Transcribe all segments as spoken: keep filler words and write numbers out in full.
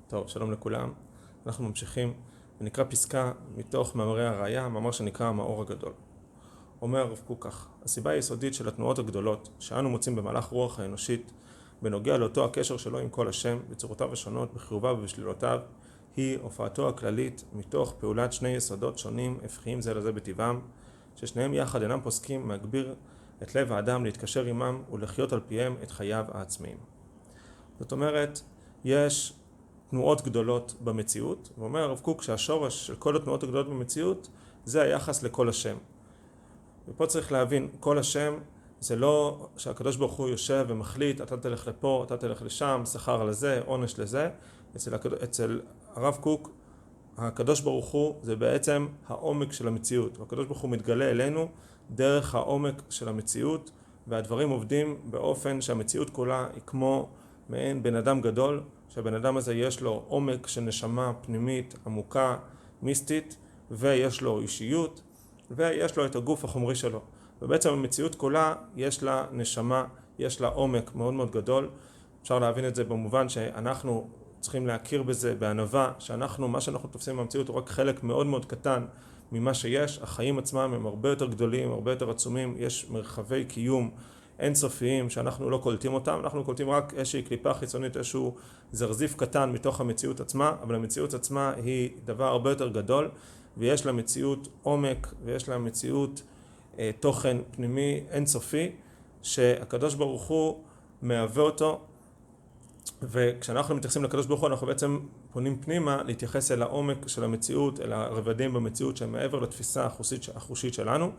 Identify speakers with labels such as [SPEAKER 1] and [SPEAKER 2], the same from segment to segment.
[SPEAKER 1] טוב, שלום לכולם. אנחנו ממשיכים ונקרא פסקה מתוך מאמרי הראייה, מאמר שנקרא המאור הגדול. אומר הרב קוק כך: הסיבה היסודית של התנועות הגדולות שאנו מוצאים במהלך רוח האנושית בנוגע לאותו הקשר שלו עם כל השם בצורותיו השונות, בחיוביו ובשלילותיו, היא הופעתו הכללית מתוך פעולת שני יסודות שונים הפכיים זה לזה בטבעם, ששניהם יחד אינם פוסקים מהגביר את לב האדם להתקשר עמם ולחיות על פיהם את חייו העצמיים. זאת אומרת, יש תנועות גדולות במציאות, ואומר הרב קוק שהשורש של כל התנועות הגדולות במציאות זה היחס לכל השם. ופה צריך להבין, כל השם זה לא שהקדוש ברוך הוא יושב ומחליט, אתה תלך לפה, אתה תלך לשם, שכר לזה, עונש לזה. אצל, אצל הרב קוק, הקדוש ברוך הוא זה בעצם העומק של המציאות, והקדוש ברוך הוא מתגלה אלינו דרך העומק של המציאות, והדברים עובדים באופן שהמציאות כולה היא כמו מעין בן אדם גדול, שהבן אדם הזה יש לו עומק של נשמה פנימית, עמוקה, מיסטית, ויש לו אישיות, ויש לו את הגוף החומרי שלו. ובעצם המציאות כולה יש לה נשמה, יש לה עומק מאוד מאוד גדול. אפשר להבין את זה במובן שאנחנו צריכים להכיר בזה בענווה, שאנחנו, מה שאנחנו תופסים במציאות הוא רק חלק מאוד מאוד קטן ממה שיש. החיים עצמם הם הרבה יותר גדולים, הרבה יותר עצומים, יש מרחבי קיום אינסופיים שאנחנו לא קולטים אותם, אנחנו קולטים רק איזושהי קליפה חיצונית, איזשהו זרזיף קטן מתוך המציאות עצמה, אבל המציאות עצמה היא דבר הרבה יותר גדול, ויש לה מציאות עומק, ויש לה מציאות אה, תוכן פנימי אינסופי, שהקדוש ברוך הוא מהווה אותו, וכשאנחנו מתייחסים לקדוש ברוך הוא אנחנו בעצם פונים פנימה להתייחס אל העומק של המציאות, אל הרבדים במציאות שהם מעבר לתפיסה החושית, החושית שלנו,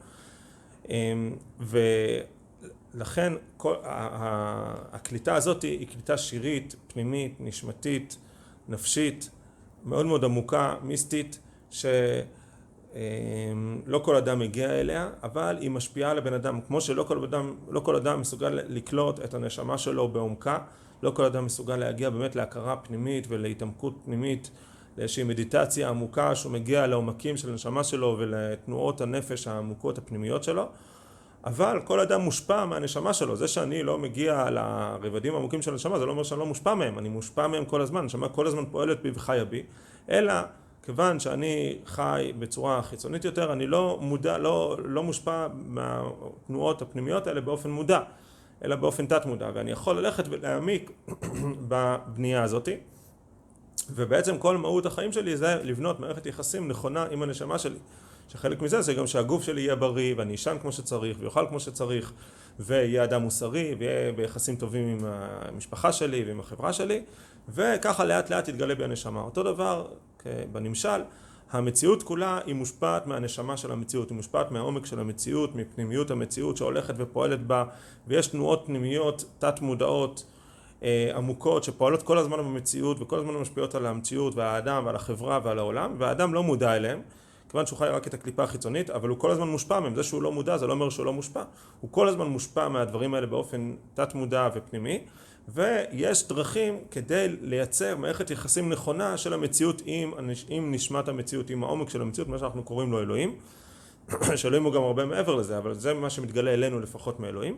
[SPEAKER 1] ו... לכן כל, הקליטה הזאת היא קליטה שירית, פנימית, נשמתית, נפשית, מאוד מאוד עמוקה, מיסטית, שלא כל אדם מגיע אליה, אבל היא משפיעה על הבן אדם, כמו שלא כל אדם, לא כל אדם מסוגל לקלוט את הנשמה שלו בעומקה, לא כל אדם מסוגל להגיע באמת להכרה פנימית ולהתעמקות פנימית, לאיזושהי מדיטציה עמוקה שהוא מגיע לעומקים של הנשמה שלו ולתנועות הנפש העמוקות הפנימיות שלו, אבל כל אדם מושפע מהנשמה שלו. זה שאני לא מגיע לרבדים העמוקים של הנשמה, זה לא אומר שאני לא מושפע מהם, אני מושפע מהם כל הזמן, הנשמה כל הזמן פועלת בי וחיה בי, אלא כיוון שאני חי בצורה חיצונית יותר, אני לא מודע, לא, לא מושפע מהתנועות הפנימיות האלה באופן מודע, אלא באופן תת מודע, ואני יכול ללכת ולהעמיק בבנייה הזאת, ובעצם כל מהות החיים שלי זה לבנות מערכת יחסים נכונה עם הנשמה שלי, שחלק מזה זה גם שהגוף שלי יהיה בריא ואני אשן כמו שצריך ויאכל כמו שצריך ויהיה אדם מוסרי ויהיה ביחסים טובים עם המשפחה שלי ועם החברה שלי, וככה לאט לאט יתגלה בי הנשמה. אותו דבר בנמשל, המציאות כולה היא מושפעת מהנשמה של המציאות, היא מושפעת מהעומק של המציאות, מפנימיות המציאות שהולכת ופועלת בה, ויש תנועות פנימיות תת מודעות עמוקות שפועלות כל הזמן במציאות וכל הזמן משפיעות על המציאות ועל האדם ועל החברה ועל העולם, והאדם לא מודע אליהם כיוון שהוא חי רק את הקליפה החיצונית, אבל הוא כל הזמן מושפע מהם. זה שהוא לא מודע זה לא אומר שהוא לא מושפע, הוא כל הזמן מושפע מהדברים האלה באופן תת מודע ופנימי, ויש דרכים כדי לייצר מערכת יחסים נכונה של המציאות עם, עם נשמת המציאות, עם העומק של המציאות, מה שאנחנו קוראים לו אלוהים, שאלוהים הוא גם הרבה מעבר לזה, אבל זה מה שמתגלה אלינו לפחות מאלוהים.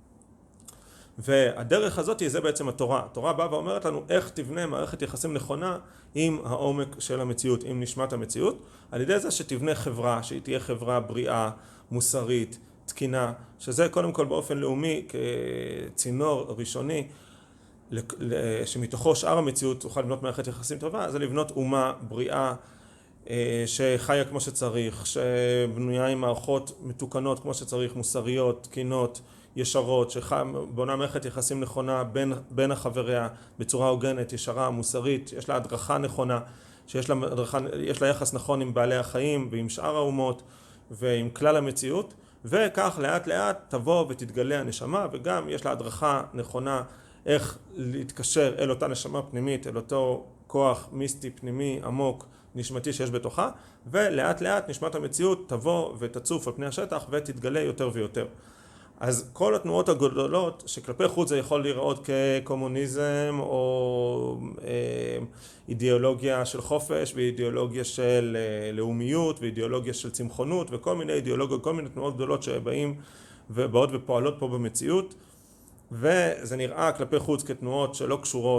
[SPEAKER 1] והדרך הזאת זה בעצם התורה. התורה באה ואומרת לנו איך תבנה מערכת יחסים נכונה עם העומק של המציאות, עם נשמת המציאות, על ידי זה שתבנה חברה, שהיא תהיה חברה בריאה, מוסרית, תקינה, שזה קודם כל באופן לאומי כצינור ראשוני, שמתוכו שאר המציאות תוכל לבנות מערכת יחסים טובה, זה לבנות אומה בריאה, שחיה כמו שצריך, שבנויה עם מערכות מתוקנות כמו שצריך, מוסריות, תקינות, ישרות, שבונה מערכת יחסים נכונה בין, בין החבריה בצורה הוגנת, ישרה, מוסרית, יש לה הדרכה נכונה, שיש לה, הדרכה, יש לה יחס נכון עם בעלי החיים ועם שאר האומות ועם כלל המציאות, וכך לאט לאט תבוא ותתגלה הנשמה, וגם יש לה הדרכה נכונה איך להתקשר אל אותה נשמה פנימית, אל אותו כוח מיסטי פנימי עמוק נשמתי שיש בתוכה, ולאט לאט נשמת המציאות תבוא ותצוף על פני השטח ותתגלה יותר ויותר. אז כל התנועות הגדולות שכלפי חוץ זה יכול להיראות כקומוניזם או אה, אידיאולוגיה של חופש ואידיאולוגיה של אה, לאומיות ואידיאולוגיה של צמחונות וכל מיני אידיאולוגיות, כל מיני תנועות גדולות שבאים ובאות ופועלות פה במציאות, וזה נראה כלפי חוץ כתנועות שלא קשורות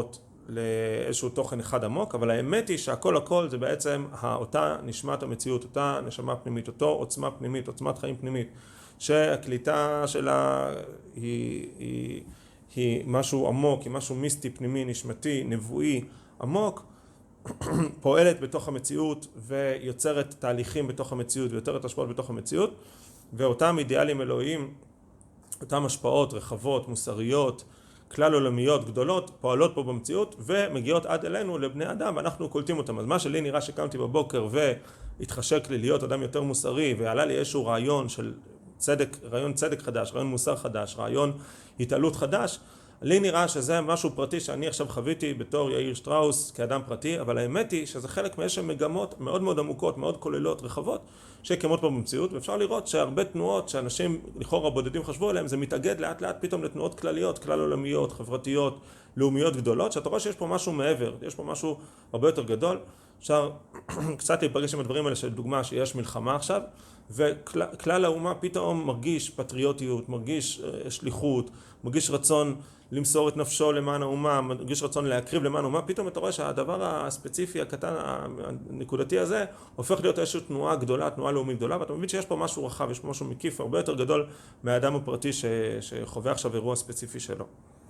[SPEAKER 1] לאיזשהו תוכן אחד עמוק, אבל האמת היא שהכל הכל זה בעצם אותה נשמת המציאות, אותה נשמה פנימית, אותו עוצמה פנימית, עוצמת חיים פנימית, שהקליטה שלה היא, היא, היא משהו עמוק, היא משהו מיסטי, פנימי, נשמתי, נבואי, עמוק, פועלת בתוך המציאות ויוצרת תהליכים בתוך המציאות ויוצרת השפעות בתוך המציאות, ואותם אידיאלים אלוהיים, אותם השפעות רחבות, מוסריות, כלל עולמיות גדולות, פועלות פה במציאות ומגיעות עד אלינו לבני אדם, ואנחנו קולטים אותם. אז מה שלי נראה שקמתי בבוקר והתחשק לי להיות אדם יותר מוסרי, ועלה לי איזשהו רעיון של צדק, רעיון צדק חדש, רעיון מוסר חדש, רעיון התעלות חדש, לי נראה שזה משהו פרטי שאני עכשיו חוויתי בתור יאיר שטראוס כאדם פרטי, אבל האמת היא שזה חלק מאיזשהו מגמות מאוד מאוד עמוקות, מאוד כוללות, רחבות, שקיימות פה במציאות, ואפשר לראות שהרבה תנועות שאנשים לכאורה בודדים חשבו עליהם, זה מתאגד לאט לאט פתאום לתנועות כלליות, כלל עולמיות, חברתיות, לאומיות גדולות, שאתה רואה שיש פה משהו מעבר, יש פה משהו הרבה יותר גדול. אפשר קצת להיפגש עם הדברים האלה, של דוגמה שיש מלחמה עכשיו, וכלל האומה פתאום מרגיש פטריוטיות, מרגיש שליחות, מרגיש רצון למסור את נפשו למען האומה, מרגיש רצון להקריב למען האומה. פתאום אתה רואה שהדבר הספציפי, הקטן, הנקודתי הזה, הופך להיות איזושהי תנועה גדולה, תנועה לאומית גדולה, ואתה מבין שיש פה משהו רחב, יש פה משהו מקיף, הרבה יותר גדול מהאדם הפרטי ש... שחווה עכשיו אירוע ספציפי שלו.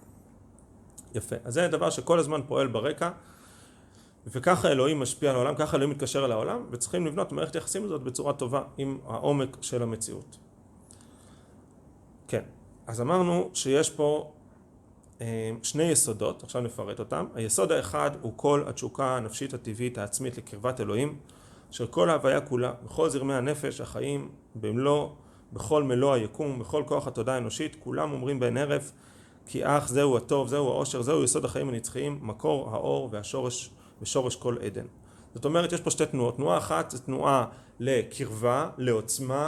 [SPEAKER 1] יפה. אז זה דבר שכל הזמן פועל ברקע, וככה אלוהים משפיע על העולם, ככה אלוהים מתקשר אל העולם, וצריכים לבנות מערכת יחסים הזאת בצורה טובה עם העומק של המציאות. כן, אז אמרנו שיש פה שני יסודות, עכשיו נפרט אותם. היסוד האחד הוא כל התשוקה הנפשית הטבעית העצמית לקרבת אלוהים, אשר כל ההוויה כולה, בכל זרמי הנפש, החיים, במלוא, בכל מלוא היקום, בכל כוח התודעה האנושית, כולם אומרים בין ערב, כי אך זהו הטוב, זהו האושר, זהו יסוד החיים הנצחיים, מקור האור והשורש ושורש כל עדן. זאת אומרת, יש פה שתי תנועות. תנועה אחת זה תנועה לקרבה, לעוצמה,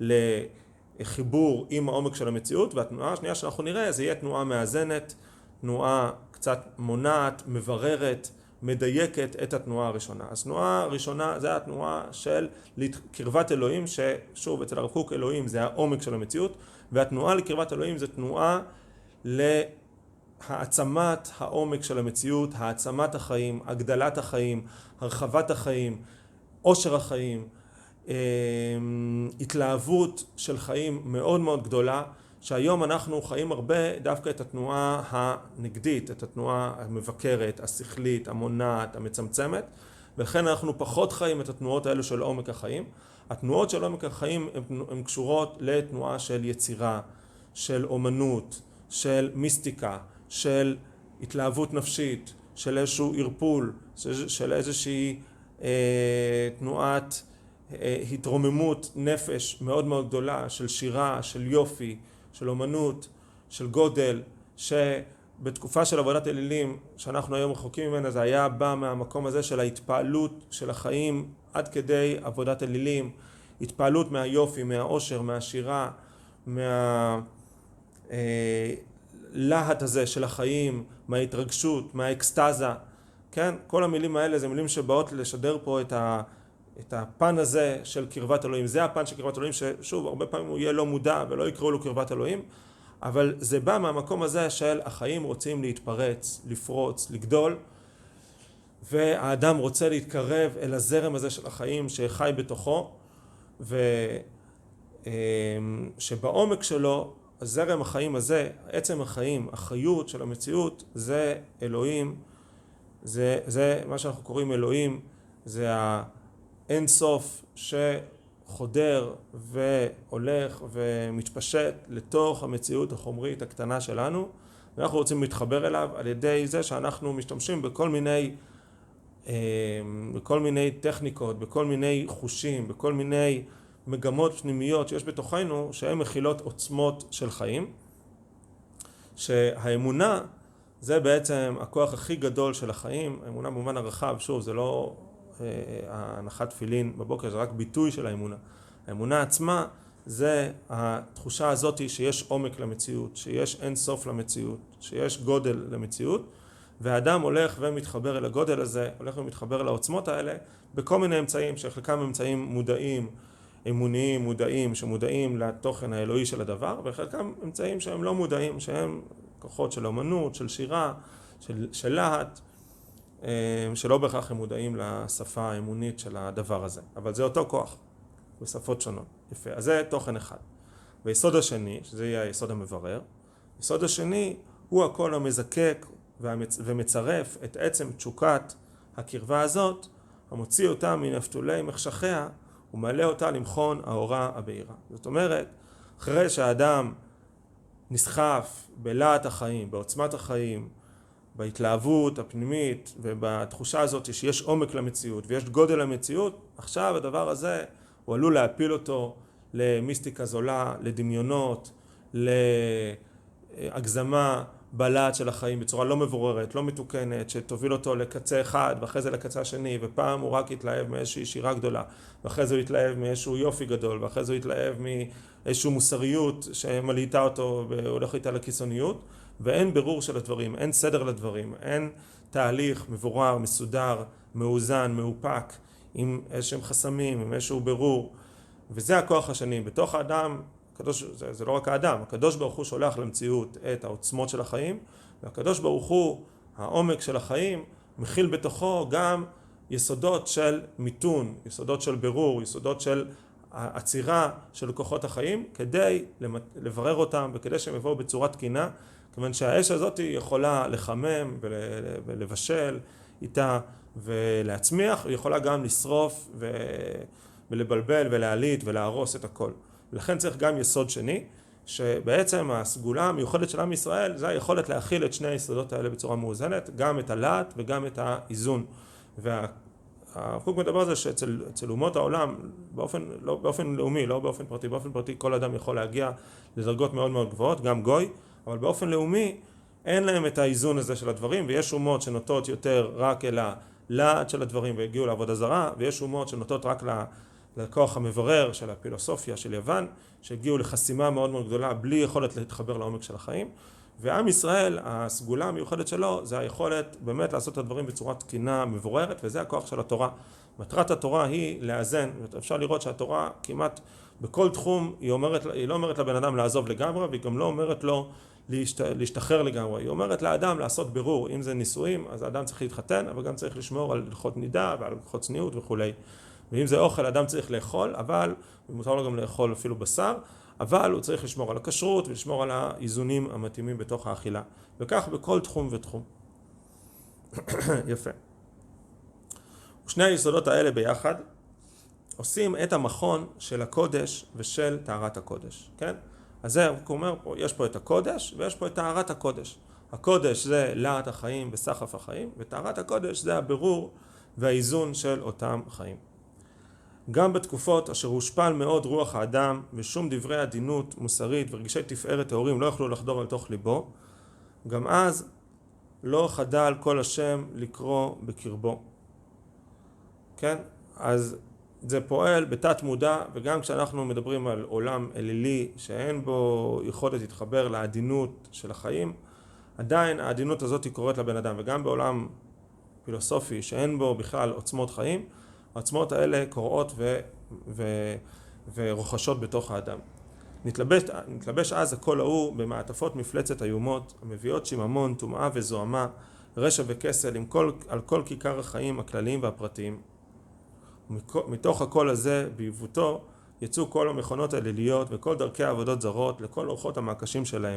[SPEAKER 1] לחיבור עם העומק של המציאות, והתנועה השנייה שאנחנו נראה זה יהיה תנועה מאזנת, תנועה קצת מונעת, מבררת, מדייקת את התנועה הראשונה. אז תנועה הראשונה זה התנועה של קרבת אלוהים, ששוב אצל הרב קוק אלוהים זה העומק של המציאות, והתנועה לקרבת אלוהים זה תנועה להעצמת העומק של המציאות, העצמת החיים, הגדלת החיים, הרחבת החיים, עושר החיים, התלהבות של חיים מאוד מאוד גדולה, שהיום אנחנו חיים הרבה דווקא את התנועה הנגדית, את התנועה המבקרת, השכלית, המונעת, המצמצמת, ולכן אנחנו פחות חיים את התנועות האלו של עומק החיים. התנועות של עומק החיים הן קשורות לתנועה של יצירה, של אומנות, של מיסטיקה, של התלהבות נפשית, של איזשהו ערפול, של איזושהי אה, תנועת אה, התרוממות נפש מאוד מאוד גדולה, של שירה, של יופי, של אומנות, של גודל, שבתקופה של עבודת אלילים, שאנחנו היום רחוקים ממנה, זה היה בא מהמקום הזה של ההתפעלות של החיים עד כדי עבודת אלילים, התפעלות מהיופי, מהעושר, מהשירה, מה... אה, להט הזה של החיים, מההתרגשות, מהאקסטזה, כן? כל המילים האלה זה מילים שבאות לשדר פה את, ה, את הפן הזה של קרבת אלוהים. זה הפן של קרבת אלוהים ששוב, הרבה פעמים הוא יהיה לא מודע ולא יקראו לו קרבת אלוהים, אבל זה בא מהמקום הזה של החיים רוצים להתפרץ, לפרוץ, לגדול, והאדם רוצה להתקרב אל הזרם הזה של החיים שחי בתוכו, ושבעומק שלו, הזרם החיים הזה, עצם החיים, החיות של המציאות, זה אלוהים, זה, זה מה שאנחנו קוראים אלוהים, זה האין סוף שחודר והולך ומתפשט לתוך המציאות החומרית הקטנה שלנו, ואנחנו רוצים להתחבר אליו על ידי זה שאנחנו משתמשים בכל מיני, בכל מיני טכניקות, בכל מיני חושים, בכל מיני מגמות פנימיות שיש בתוכנו, שהן מכילות עוצמות של חיים, שהאמונה זה בעצם הכוח הכי גדול של החיים. האמונה במובן הרחב, שוב, זה לא אה, הנחת תפילין בבוקר, זה רק ביטוי של האמונה. האמונה עצמה זה התחושה הזאת שיש עומק למציאות, שיש אין סוף למציאות, שיש גודל למציאות, והאדם הולך ומתחבר אל הגודל הזה, הולך ומתחבר לעוצמות האלה, בכל מיני אמצעים, שחלקם אמצעים מודעים, אמוניים, מודעים, שמודעים לתוכן האלוהי של הדבר, וחלקם אמצעים שהם לא מודעים, שהם כוחות של אומנות, של שירה, של, של להט, שלא בהכרח הם מודעים לשפה האמונית של הדבר הזה, אבל זה אותו כוח בשפות שונות. יפה, אז זה תוכן אחד. והיסוד השני, שזה יהיה היסוד המברר, היסוד השני הוא הקול המזקק ומצרף את עצם תשוקת הקרבה הזאת, המוציא אותה מנפתולי מחשכיה ומעלה אותה למכון האורה הבהירה. זאת אומרת, אחרי שהאדם נסחף בלהט החיים, בעוצמת החיים, בהתלהבות הפנימית ובתחושה הזאת שיש עומק למציאות ויש גודל למציאות, עכשיו הדבר הזה הוא עלול להפיל אותו למיסטיקה זולה, לדמיונות, להגזמה בלהט של החיים בצורה לא מבוררת, לא מתוקנת, שתוביל אותו לקצה אחד ואחרי זה לקצה השני, ופעם הוא רק יתלהב מאיזושהי שירה גדולה, ואחרי זה הוא יתלהב מאיזשהו יופי גדול, ואחרי זה הוא יתלהב מאיזושהי מוסריות שמלהיטה אותו והולך איתה לקיצוניות, ואין ברור של הדברים, אין סדר לדברים, אין תהליך מבורר, מסודר, מאוזן, מאופק, עם איזשהם חסמים, עם איזשהו ברור, וזה הכוח השני. בתוך האדם, הקדוש, זה, זה לא רק האדם, הקדוש ברוך הוא שולח למציאות את העוצמות של החיים, והקדוש ברוך הוא, העומק של החיים, מכיל בתוכו גם יסודות של מיתון, יסודות של ברור, יסודות של עצירה של כוחות החיים, כדי לברר אותם וכדי שהם יבואו בצורה תקינה, כיוון שהאש הזאת יכולה לחמם ולבשל איתה ולהצמיח, היא יכולה גם לשרוף ולבלבל ולהעליט ולהרוס את הכל. ולכן צריך גם יסוד שני, שבעצם הסגולה המיוחדת של עם ישראל זה היכולת להכיל את שני היסודות האלה בצורה מאוזנת, גם את הלהט וגם את האיזון. והחוק מדבר על זה שאצל אצל אומות העולם, באופן, לא, באופן לאומי, לא באופן פרטי, באופן פרטי כל אדם יכול להגיע לדרגות מאוד מאוד גבוהות, גם גוי, אבל באופן לאומי אין להם את האיזון הזה של הדברים, ויש אומות שנוטות יותר רק אל הלהט של הדברים והגיעו לעבודה זרה, ויש אומות שנוטות רק לכוח המברר של הפילוסופיה של יוון, שהגיעו לחסימה מאוד מאוד גדולה בלי יכולת להתחבר לעומק של החיים. ועם ישראל, הסגולה המיוחדת שלו זה היכולת באמת לעשות את הדברים בצורה תקינה, מבוררת, וזה הכוח של התורה. מטרת התורה היא לאזן, אפשר לראות שהתורה כמעט בכל תחום היא, אומרת, היא לא אומרת לבן אדם לעזוב לגמרי, והיא גם לא אומרת לו להשת, להשתחרר לגמרי, היא אומרת לאדם לעשות בירור. אם זה נישואים, אז האדם צריך להתחתן, אבל גם צריך לשמור על הלכות נידה ועל הלכות צניעות וכולי. ואם זה אוכל, אדם צריך לאכול, אבל, ומותר לו גם לאכול אפילו בשר, אבל הוא צריך לשמור על הכשרות ולשמור על האיזונים המתאימים בתוך האכילה. וכך בכל תחום ותחום. יפה. ושני היסודות האלה ביחד עושים את המכון של הקודש ושל טהרת הקודש. כן? אז זה, הוא אומר פה, יש פה את הקודש ויש פה את טהרת הקודש. הקודש זה להט החיים וסחף החיים, וטהרת הקודש זה הבירור והאיזון של אותם חיים. גם בתקופות אשר הושפל מאוד רוח האדם ושום דברי עדינות מוסרית ורגישי תפארת טהורים לא יכלו לחדור אל תוך ליבו, גם אז לא חדל כל השם לקרוא בקרבו. כן? אז זה פועל בתת מודע, וגם כשאנחנו מדברים על עולם אלילי שאין בו יכולת להתחבר לעדינות של החיים, עדיין העדינות הזאת היא קוראת לבן אדם, וגם בעולם פילוסופי שאין בו בכלל עוצמות חיים, העצמות האלה קוראות ו, ו, ורוחשות בתוך האדם. נתלבש, נתלבש אז הכל ההוא במעטפות מפלצת איומות, המביאות שיממון, טומאה וזוהמה, רשע וכסל, עם כל, על כל כיכר החיים הכלליים והפרטיים. ומתוך הכל הזה, בעיוותו, יצאו כל המכונות האליליות וכל דרכי העבודות זרות לכל אורחות המעקשים שלהם.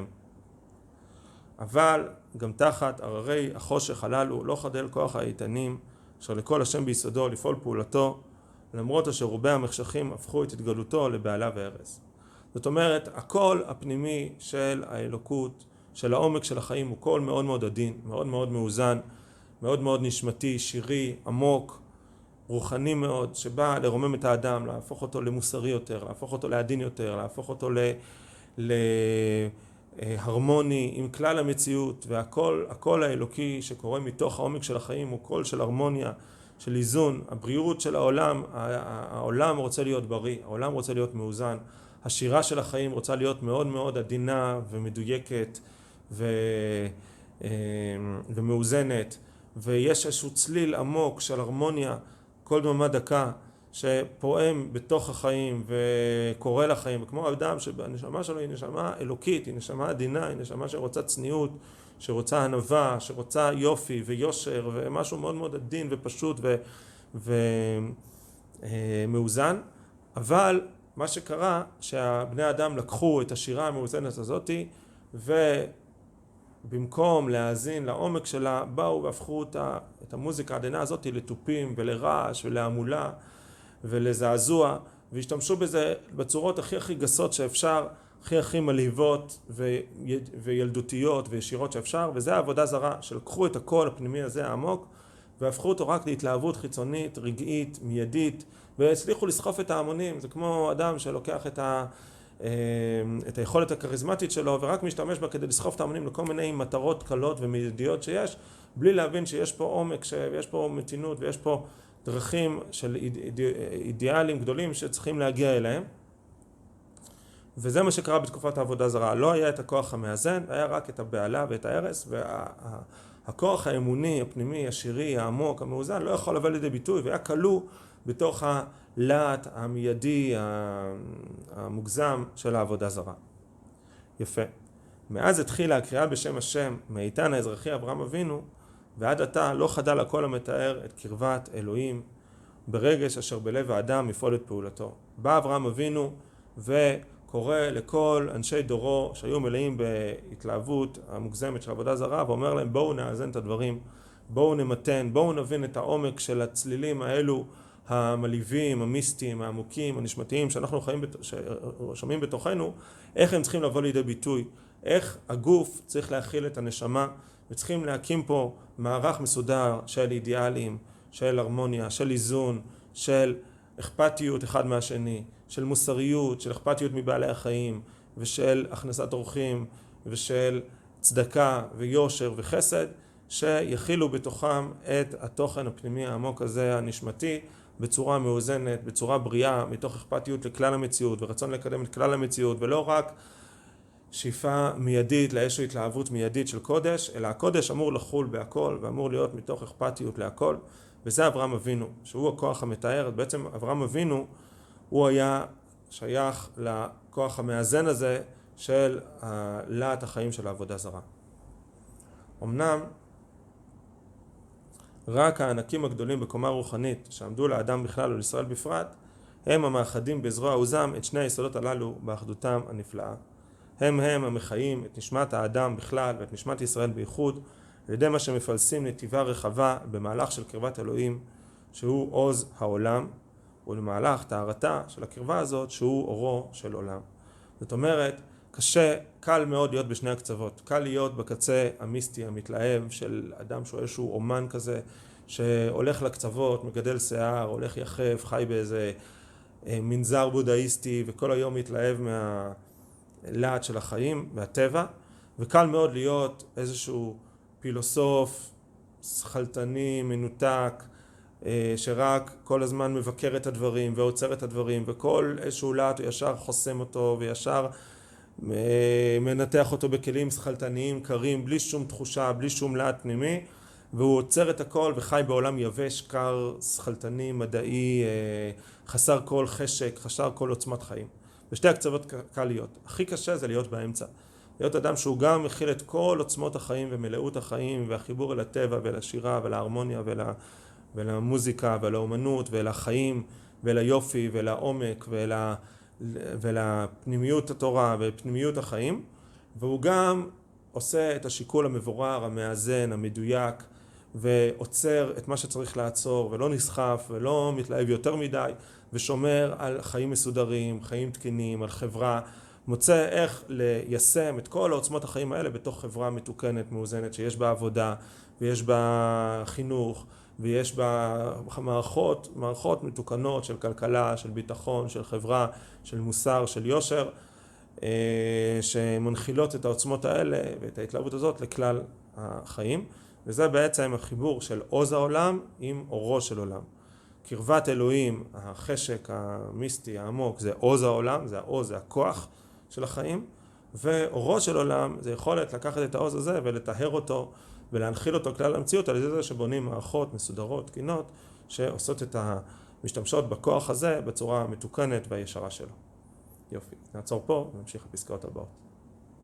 [SPEAKER 1] אבל גם תחת הררי החושך הללו לא חדל כוח האיתנים, אשר לכל השם ביסודו לפעול פעולתו, למרות אשר רובי המחשכים הפכו את התגלותו לבעלה והרס. זאת אומרת, הקול הפנימי של האלוקות, של העומק של החיים, הוא קול מאוד מאוד עדין, מאוד מאוד מאוזן, מאוד מאוד נשמתי, שירי, עמוק, רוחני מאוד, שבא לרומם את האדם, להפוך אותו למוסרי יותר, להפוך אותו לעדין יותר, להפוך אותו ל... ל... הרמוני עם כלל המציאות, והכל, הקול האלוקי שקורה מתוך העומק של החיים הוא קול של הרמוניה, של איזון, הבריאות של העולם, העולם רוצה להיות בריא, העולם רוצה להיות מאוזן, השירה של החיים רוצה להיות מאוד מאוד עדינה ומדויקת ו... ומאוזנת, ויש איזשהו צליל עמוק של הרמוניה, כל דממה דקה, שפועם בתוך החיים וקורא לחיים, וכמו האדם שהנשמה שלו היא נשמה אלוקית, היא נשמה עדינה, היא נשמה שרוצה צניעות, שרוצה ענווה, שרוצה יופי ויושר ומשהו מאוד מאוד עדין ופשוט ומאוזן. אבל מה שקרה שהבני אדם לקחו את השירה המאוזנת הזאת ובמקום להאזין לעומק שלה באו והפכו אותה, את המוזיקה העדינה הזאת לתופים ולרעש ולהמולה ולזעזוע, והשתמשו בזה בצורות הכי הכי גסות שאפשר, הכי הכי מלהיבות וילדותיות וישירות שאפשר. וזה העבודה זרה, שלקחו את הקול הפנימי הזה העמוק והפכו אותו רק להתלהבות חיצונית, רגעית, מיידית, והצליחו לסחוף את ההמונים. זה כמו אדם שלוקח את, ה, את היכולת הכריזמטית שלו ורק משתמש בה כדי לסחוף את ההמונים לכל מיני מטרות קלות ומיידיות שיש, בלי להבין שיש פה עומק ויש פה מתינות ויש פה דרכים של אידיאלים גדולים שצריכים להגיע אליהם. וזה מה שקרה בתקופת העבודה זרה. לא היה את הכוח המאזן, היה רק את הבעלה ואת ההרס, והכוח האמוני, הפנימי, השירי, העמוק, המאוזן, לא יכול לבוא לידי ביטוי, והיה כלוא בתוך הלהט המיידי, המוגזם של העבודה זרה. יפה. מאז התחילה הקריאה בשם השם מאיתן האזרחי אברהם אבינו, ועד עתה לא חדל הקול המתאר את קרבת אלוהים ברגש אשר בלב האדם לפעול את פעולתו. בא אברהם אבינו וקורא לכל אנשי דורו שהיו מלאים בהתלהבות המוגזמת של עבודה זרה, ואומר להם בואו נאזן את הדברים, בואו נמתן, בואו נבין את העומק של הצלילים האלו המלהיבים, המיסטיים, העמוקים, הנשמתיים שאנחנו חיים, שומעים בתוכנו, איך הם צריכים לבוא לידי ביטוי, איך הגוף צריך להכיל את הנשמה, וצריכים להקים פה מערך מסודר של אידיאלים, של הרמוניה, של איזון, של אכפתיות אחד מהשני, של מוסריות, של אכפתיות מבעלי החיים, ושל הכנסת אורחים, ושל צדקה ויושר וחסד, שיכילו בתוכם את התוכן הפנימי העמוק הזה, הנשמתי, בצורה מאוזנת, בצורה בריאה, מתוך אכפתיות לכלל המציאות, ורצון לקדם את כלל המציאות, ולא רק שאיפה מיידית לאיזושהי התלהבות מיידית של קודש, אלא הקודש אמור לחול בהכל, ואמור להיות מתוך אכפתיות להכל, וזה אברהם אבינו, שהוא הכוח המתאר. בעצם אברהם אבינו, הוא היה שייך לכוח המאזן הזה של להט החיים של העבודה זרה. אמנם, רק הענקים הגדולים בקומה רוחנית, שעמדו לאדם בכלל ולישראל בפרט, הם המאחדים בזרוע עוזם את שני היסודות הללו באחדותם הנפלאה. הם הם המחיים את נשמת האדם בכלל ואת נשמת ישראל בייחוד, על ידי מה שמפלסים נתיבה רחבה במהלך של קרבת אלוהים, שהוא עוז העולם, ולמהלך טהרתה של הקרבה הזאת, שהוא אורו של עולם. זאת אומרת, קשה, קל מאוד להיות בשני הקצוות. קל להיות בקצה המיסטי, המתלהב של אדם שהוא איזשהו אומן כזה, שהולך לקצוות, מגדל שיער, הולך יחף, חי באיזה מנזר בודהיסטי, וכל היום מתלהב מהלהט של החיים והטבע. וקל מאוד להיות איזשהו פילוסוף, שכלתני, מנותק, שרק כל הזמן מבקר את הדברים ועוצר את הדברים, וכל איזשהו להט הוא ישר חוסם אותו וישר מנתח אותו בכלים שכלתניים קרים, בלי שום תחושה, בלי שום להט פנימי, והוא עוצר את הכל וחי בעולם יבש, קר, שכלתני, מדעי, חסר כל חשק, חסר כל עוצמת חיים. בשתי הקצוות קל להיות. הכי קשה זה להיות באמצע. להיות אדם שהוא גם מכיל את כל עוצמות החיים ומלאות החיים והחיבור אל הטבע ואל השירה ואל ההרמוניה ואל, ואל המוזיקה ואל האומנות ואל החיים ואל היופי ואל העומק ואל, ה, ואל הפנימיות התורה ופנימיות החיים, והוא גם עושה את השיקול המבורר, המאזן, המדויק, ועוצר את מה שצריך לעצור ולא נסחף ולא מתלהב יותר מדי, ושומר על חיים מסודרים, חיים תקינים, על חברה, מוצא איך ליישם את כל העוצמות החיים האלה בתוך חברה מתוקנת, מאוזנת, שיש בה עבודה ויש בה חינוך ויש בה מערכות, מערכות מתוקנות של כלכלה, של ביטחון, של חברה, של מוסר, של יושר, שמנחילות את העוצמות האלה ואת ההתלהבות הזאת לכלל החיים. וזה בעצם החיבור של עוז העולם עם אורו של עולם. קרבת אלוהים, החשק המיסטי העמוק, זה עוז העולם, זה העוז, זה הכוח של החיים, ואורו של עולם זה יכולת לקחת את העוז הזה ולטהר אותו ולהנחיל אותו כלל המציאות, על ידי זה שבונים מערכות מסודרות, תקינות, שעושות את המשתמשות בכוח הזה בצורה המתוקנת והישרה שלו. יופי, נעצור פה ונמשיך לפסקאות הבאות.